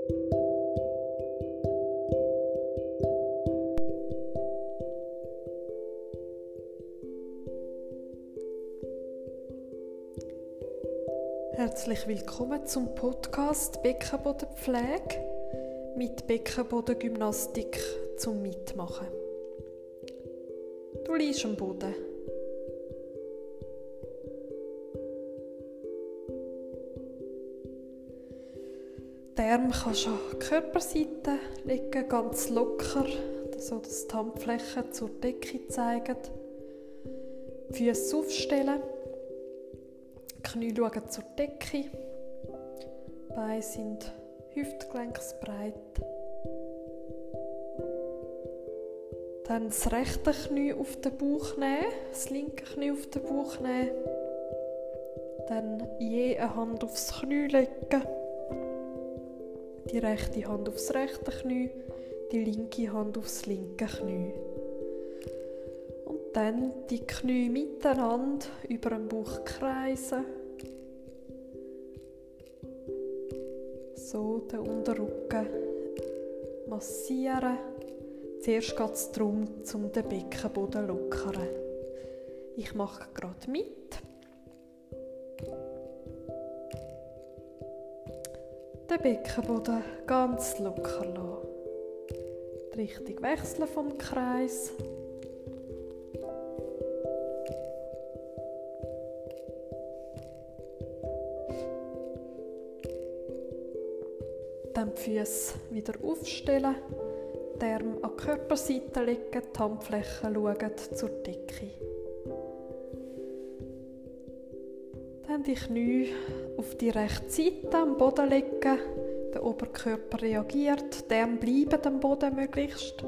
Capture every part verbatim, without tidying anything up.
Herzlich willkommen zum Podcast Beckenbodenpflege mit Beckenbodengymnastik zum Mitmachen. Du liegst am Boden. Die Arme kannst du an die Körperseite legen, ganz locker, sodass die Handflächen zur Decke zeigen. Die Füße aufstellen. Die Knie schauen zur Decke. Die Beine sind hüftgelenksbreit. Dann das rechte Knie auf den Bauch nehmen, das linke Knie auf den Bauch nehmen. Dann je eine Hand aufs Knie legen. Die rechte Hand aufs rechte Knie, die linke Hand aufs linke Knie. Und dann die Knie miteinander über den Bauch kreisen. So den Unterrücken massieren. Zuerst geht es darum, um den Beckenboden zu lockern. Ich mache gerade mit. Den Beckenboden ganz locker lassen. Die Richtung wechseln vom Kreis. Dann die Füße wieder aufstellen, die Arme an die Körperseite legen, die Handflächen schauen zur Decke. Dann die Knie auf die rechte Seite am Boden legen, der Oberkörper reagiert, die Arme bleiben am Boden möglichst.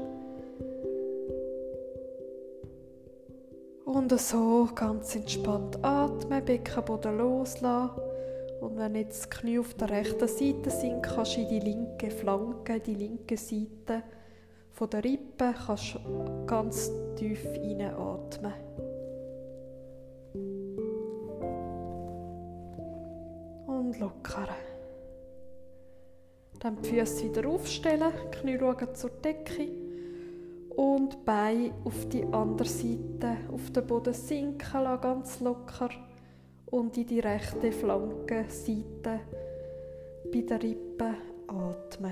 Und so ganz entspannt atmen, Beckenboden loslassen. Und wenn jetzt die Knie auf der rechten Seite sind, kannst du in die linke Flanke, die linke Seite von der Rippe kannst ganz tief einatmen. Und lockern. Dann die Füße wieder aufstellen, die Knie schauen zur Decke und die Beine auf die andere Seite auf den Boden sinken lassen, ganz locker. Und in die rechte Flankenseite bei der Rippe atmen.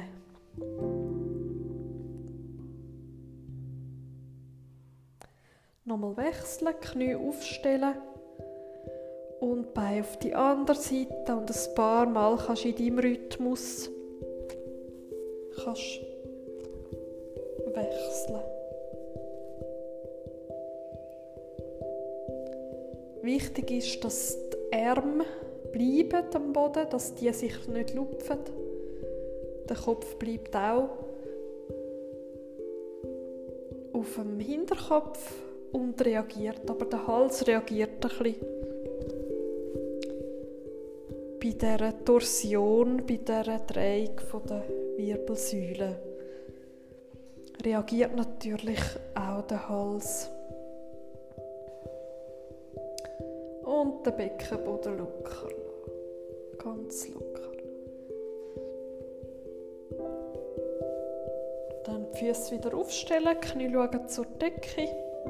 Nochmal wechseln, Knie aufstellen und die Beine auf die andere Seite. Und ein paar Mal kannst du in deinem Rhythmus kannst wechseln. Wichtig ist, dass die Arme bleiben am Boden, dass die sich nicht lupfen. Der Kopf bleibt auch auf dem Hinterkopf und reagiert, aber der Hals reagiert ein bisschen bei dieser Torsion, bei dieser Drehung der Wirbelsäule. Reagiert natürlich auch der Hals. Und den Beckenboden locker lassen. Ganz locker. Dann die Füße wieder aufstellen, die Knie schauen zur Decke.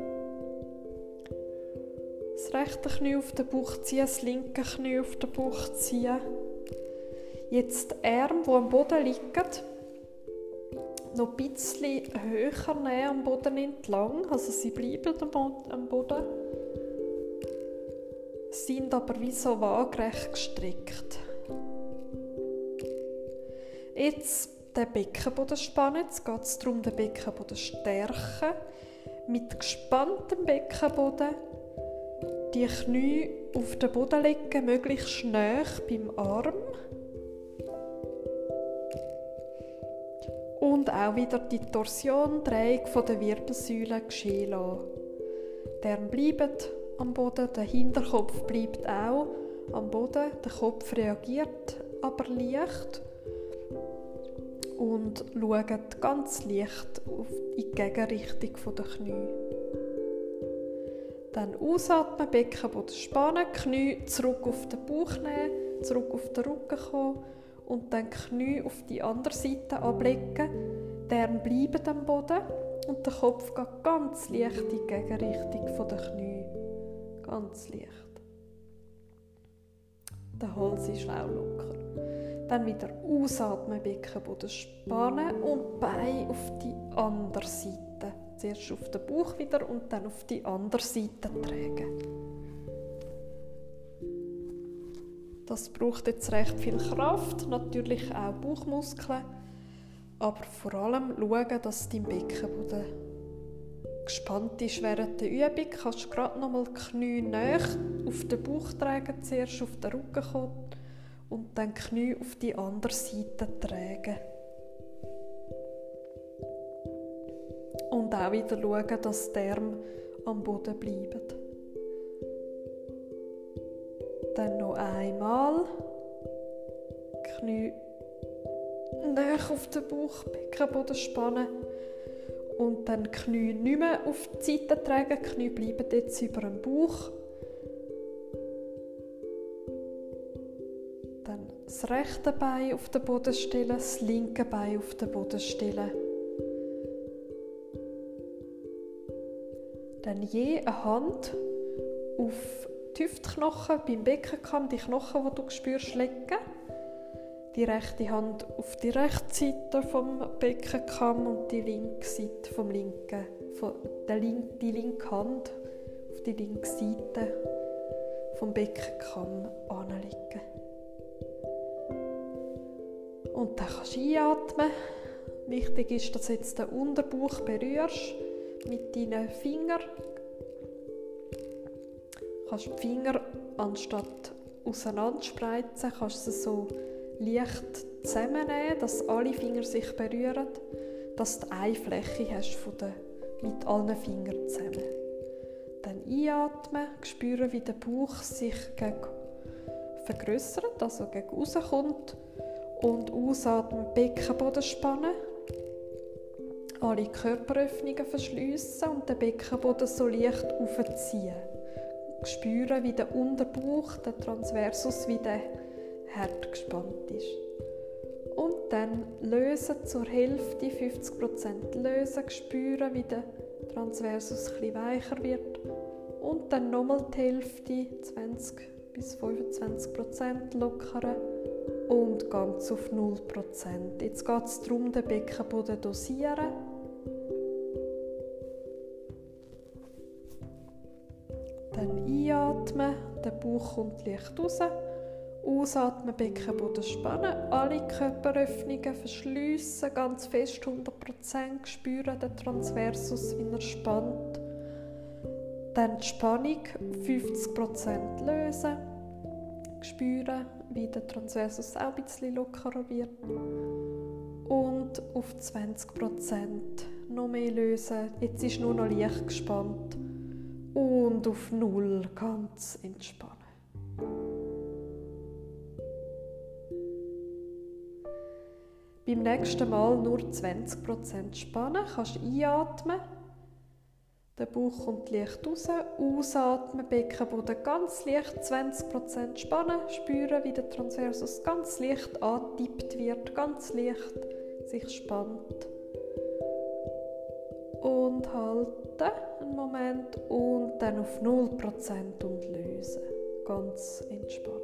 Das rechte Knie auf den Bauch ziehen, das linke Knie auf den Bauch ziehen. Jetzt die Arme, die am Boden liegen, noch ein bisschen höher nehmen am Boden entlang. Also sie bleiben am Boden. Sind aber wie so waagerecht gestreckt. Jetzt den Beckenboden spannen. Jetzt geht es darum, den Beckenboden zu stärken. Mit gespanntem Beckenboden die Knie auf den Boden legen, möglichst nahe beim Arm. Und auch wieder die Torsion, Drehung der Wirbelsäule geschehen lassen. Die Arme bleiben am Boden, der Hinterkopf bleibt auch am Boden, der Kopf reagiert aber leicht und schaut ganz leicht in die Gegenrichtung der Knie. Dann ausatmen, Beckenboden spannen, Knie zurück auf den Bauch nehmen, zurück auf den Rücken kommen und dann die Knie auf die andere Seite ablegen. Die Arme bleiben am Boden und der Kopf geht ganz leicht in die Gegenrichtung der Knie. Ganz leicht. Der Hals ist auch locker. Dann wieder ausatmen, Beckenboden spannen und Beine auf die andere Seite. Zuerst auf den Bauch wieder und dann auf die andere Seite tragen. Das braucht jetzt recht viel Kraft, natürlich auch Bauchmuskeln, aber vor allem schauen, dass dein Beckenboden gespannt ist während der Übung. Du kannst gerade noch mal die Knie näher auf den Bauch tragen, zuerst auf den Rücken kommen und dann die Knie auf die andere Seite tragen. Und auch wieder schauen, dass die Arme am Boden bleiben. Dann noch einmal. Die Knie näher auf den Bauch, Beckenboden spannen. Und dann die Knie nicht mehr auf die Seite tragen. Die Knie bleiben jetzt über dem Bauch. Dann das rechte Bein auf den Boden stellen, das linke Bein auf den Boden stellen. Dann je eine Hand auf die Hüftknochen beim Beckenkamm, die Knochen, die du spürst, legen. Die rechte Hand auf die rechte Seite vom Beckenkamm und die linke Seite vom linken, von der Link, die linke Hand auf die linke Seite vom Beckenkamm anlegen. Und dann kannst du einatmen. Wichtig ist, dass du jetzt den Unterbauch berührst mit deinen Fingern. Du kannst die Finger anstatt auseinanderspreizen, kannst du sie so leicht zusammennehmen, dass alle Finger sich berühren, dass du eine Fläche hast von der, mit allen Fingern zusammen. Dann einatmen, spüren, wie der Bauch sich gegen vergrößert, also gegen außen kommt, und ausatmen, Beckenboden spannen, alle Körperöffnungen verschliessen und den Beckenboden so leicht aufziehen. Spüren, wie der Unterbauch, der Transversus, wie der hart gespannt ist. Und dann lösen zur Hälfte, fünfzig Prozent lösen, spüren, wie der Transversus ein bisschen weicher wird. Und dann nochmal die Hälfte, zwanzig bis fünfundzwanzig Prozent lockern und ganz auf null Prozent. Jetzt geht es darum, den Beckenboden dosieren. Dann einatmen, der Bauch kommt leicht raus. Ausatmen, Beckenboden spannen, alle Körperöffnungen verschliessen, ganz fest hundert Prozent, spüren den Transversus, wie er spannt. Dann die Spannung fünfzig Prozent lösen, spüren, wie der Transversus auch ein bisschen lockerer wird. Und auf zwanzig Prozent noch mehr lösen, jetzt ist nur noch leicht gespannt. Und auf null ganz entspannen. Beim nächsten Mal nur zwanzig Prozent spannen, kannst du einatmen, der Bauch kommt leicht raus, ausatmen, Beckenboden ganz leicht, zwanzig Prozent spannen, spüren, wie der Transversus ganz leicht angetippt wird, ganz leicht sich spannt. Und halten einen Moment und dann auf null Prozent und lösen, ganz entspannen.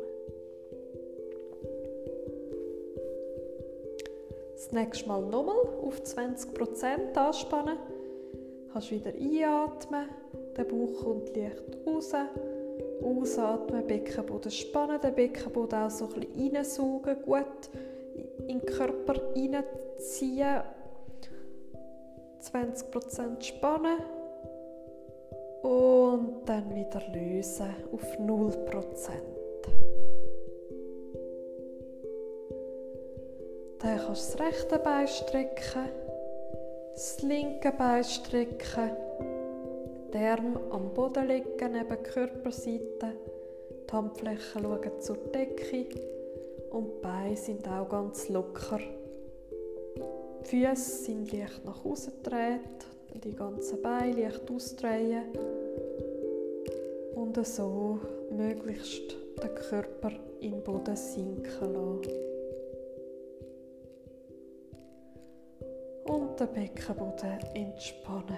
Das nächste Mal nochmal auf zwanzig Prozent anspannen. Du kannst wieder einatmen, der Bauch kommt leicht raus. Ausatmen, Beckenboden spannen, den Beckenboden auch so ein bisschen reinsaugen, gut in den Körper reinziehen. zwanzig Prozent spannen und dann wieder lösen auf null Prozent. Dann kannst du das rechte Bein strecken, das linke Bein strecken, die Arme am Boden legen, neben der Körperseite, die Handflächen schauen zur Decke und die Beine sind auch ganz locker. Die Füße sind leicht nach außen gedreht, die ganzen Beine leicht ausdrehen und so möglichst den Körper in den Boden sinken lassen. den Beckenboden entspannen.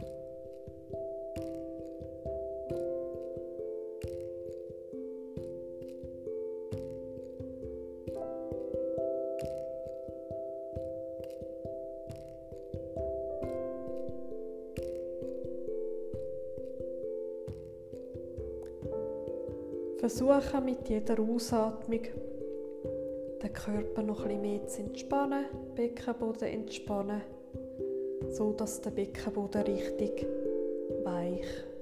Versuche mit jeder Ausatmung den Körper noch ein bisschen mehr zu entspannen, Beckenboden entspannen, so dass der Beckenboden richtig weich